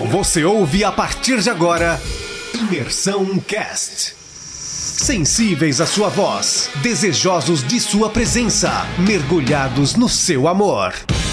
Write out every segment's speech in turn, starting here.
Você ouve a partir de agora Imersão Cast. Sensíveis à sua voz, desejosos de sua presença, mergulhados no seu amor.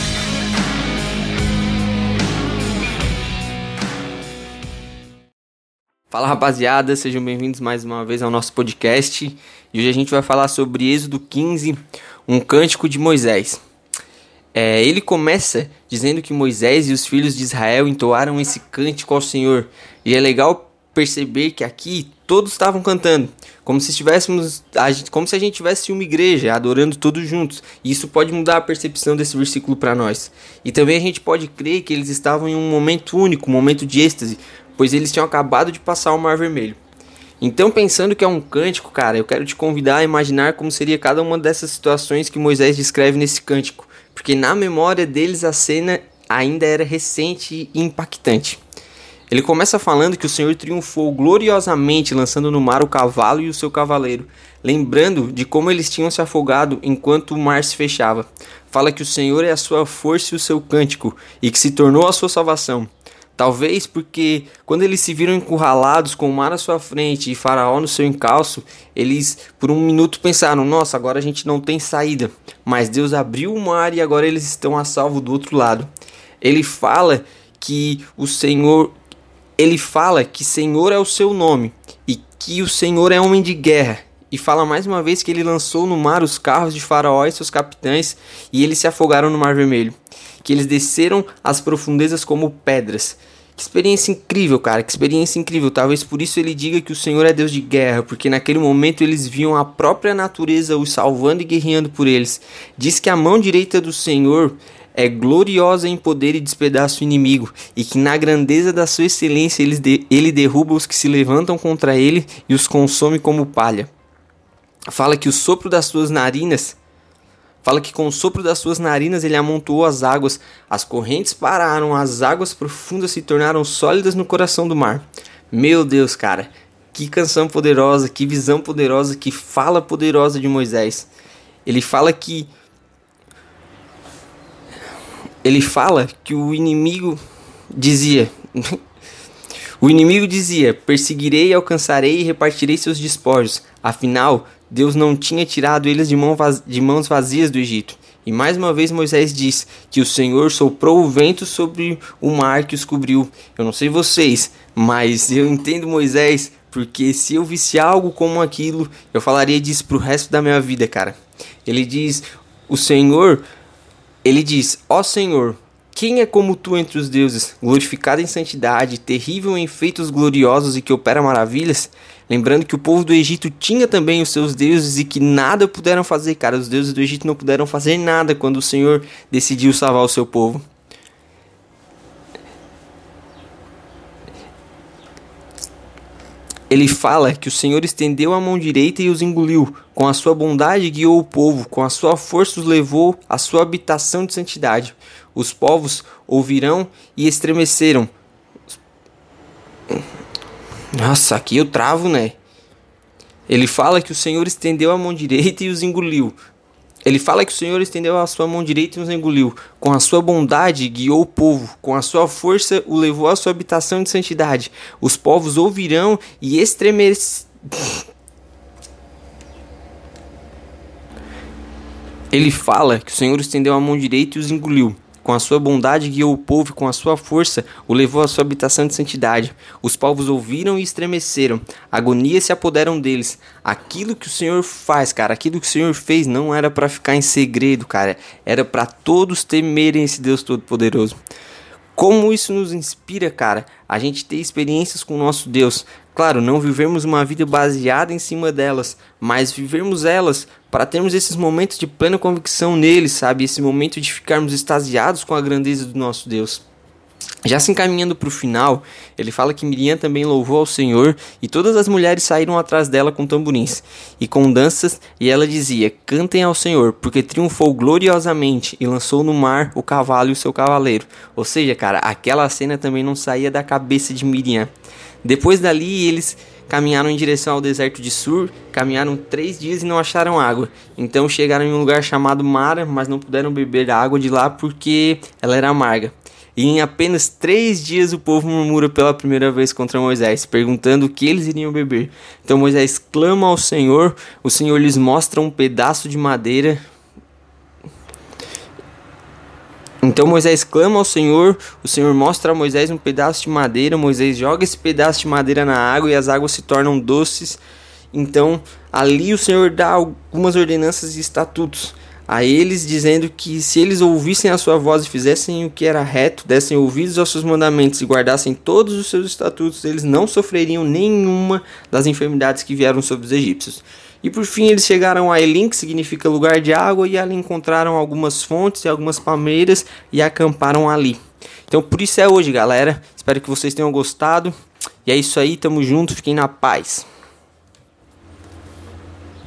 Fala rapaziada, sejam bem-vindos mais uma vez ao nosso podcast. E hoje a gente vai falar sobre Êxodo 15, um cântico de Moisés. Ele começa dizendo que Moisés e os filhos de Israel entoaram esse cântico ao Senhor. E é legal perceber que aqui todos estavam cantando, como se a gente tivesse uma igreja adorando todos juntos. E isso pode mudar a percepção desse versículo para nós. E também a gente pode crer que eles estavam em um momento único, um momento de êxtase, pois eles tinham acabado de passar o Mar Vermelho. Então, pensando que é um cântico, cara, eu quero te convidar a imaginar como seria cada uma dessas situações que Moisés descreve nesse cântico, porque na memória deles a cena ainda era recente e impactante. Ele começa falando que o Senhor triunfou gloriosamente, lançando no mar o cavalo e o seu cavaleiro, lembrando de como eles tinham se afogado enquanto o mar se fechava. Fala que o Senhor é a sua força e o seu cântico, e que se tornou a sua salvação. Talvez porque quando eles se viram encurralados com o mar à sua frente e Faraó no seu encalço, eles por um minuto pensaram: nossa, agora a gente não tem saída. Mas Deus abriu o mar e agora eles estão a salvo do outro lado. Ele fala que Senhor é o seu nome e que o Senhor é homem de guerra. E fala mais uma vez que ele lançou no mar os carros de Faraó e seus capitães e eles se afogaram no Mar Vermelho. Que eles desceram às profundezas como pedras. Que experiência incrível, cara, que experiência incrível. Talvez por isso ele diga que o Senhor é Deus de guerra, porque naquele momento eles viam a própria natureza os salvando e guerreando por eles. Diz que a mão direita do Senhor é gloriosa em poder e despedaça o inimigo, e que na grandeza da sua excelência ele derruba os que se levantam contra ele e os consome como palha. Fala que com o sopro das suas narinas ele amontoou as águas, as correntes pararam, as águas profundas se tornaram sólidas no coração do mar. Meu Deus, cara, que canção poderosa, que visão poderosa, que fala poderosa de Moisés. Ele fala que o inimigo dizia... O inimigo dizia: perseguirei, alcançarei e repartirei seus despojos. Afinal, Deus não tinha tirado eles de mãos vazias do Egito. E mais uma vez Moisés diz que o Senhor soprou o vento sobre o mar que os cobriu. Eu não sei vocês, mas eu entendo Moisés, porque se eu visse algo como aquilo, eu falaria disso pro resto da minha vida, cara. Ele diz: ó Senhor, quem é como tu entre os deuses, glorificado em santidade, terrível em feitos gloriosos e que opera maravilhas? Lembrando que o povo do Egito tinha também os seus deuses e que nada puderam fazer, cara. Os deuses do Egito não puderam fazer nada quando o Senhor decidiu salvar o seu povo. Ele fala que o Senhor estendeu a mão direita e os engoliu. Com a sua bondade guiou o povo, com a sua força os levou à sua habitação de santidade. Os povos ouvirão e estremeceram. Nossa, aqui eu travo, né? Ele fala que o Senhor estendeu a mão direita e os engoliu. Ele fala que o Senhor estendeu a sua mão direita e os engoliu. Com a sua bondade guiou o povo. Com a sua força o levou à sua habitação de santidade. Os povos ouvirão e estremecerão. Ele fala que o Senhor estendeu a mão direita e os engoliu. Com a sua bondade guiou o povo e com a sua força o levou à sua habitação de santidade. Os povos ouviram e estremeceram. Agonias se apoderam deles. Aquilo que o Senhor faz, cara, aquilo que o Senhor fez não era para ficar em segredo, cara. Era para todos temerem esse Deus Todo-Poderoso. Como isso nos inspira, cara, a gente ter experiências com o nosso Deus. Claro, não vivermos uma vida baseada em cima delas, mas vivermos elas para termos esses momentos de plena convicção nele, sabe? Esse momento de ficarmos extasiados com a grandeza do nosso Deus. Já se encaminhando para o final, ele fala que Miriam também louvou ao Senhor e todas as mulheres saíram atrás dela com tamborins e com danças, e ela dizia: cantem ao Senhor, porque triunfou gloriosamente e lançou no mar o cavalo e o seu cavaleiro. Ou seja, cara, aquela cena também não saía da cabeça de Miriam. Depois dali eles caminharam em direção ao deserto de Sur, caminharam 3 dias e não acharam água. Então chegaram em um lugar chamado Mara, mas não puderam beber a água de lá porque ela era amarga. E em apenas 3 dias o povo murmura pela primeira vez contra Moisés, perguntando o que eles iriam beber. Então Moisés clama ao Senhor, o Senhor lhes mostra um pedaço de madeira. Então Moisés clama ao Senhor, o Senhor mostra a Moisés um pedaço de madeira, Moisés joga esse pedaço de madeira na água e as águas se tornam doces. Então ali o Senhor dá algumas ordenanças e estatutos a eles, dizendo que se eles ouvissem a sua voz e fizessem o que era reto, dessem ouvidos aos seus mandamentos e guardassem todos os seus estatutos, eles não sofreriam nenhuma das enfermidades que vieram sobre os egípcios. E por fim eles chegaram a Elim, que significa lugar de água, e ali encontraram algumas fontes e algumas palmeiras e acamparam ali. Então por isso é hoje, galera. Espero que vocês tenham gostado. E é isso aí, tamo junto, fiquem na paz.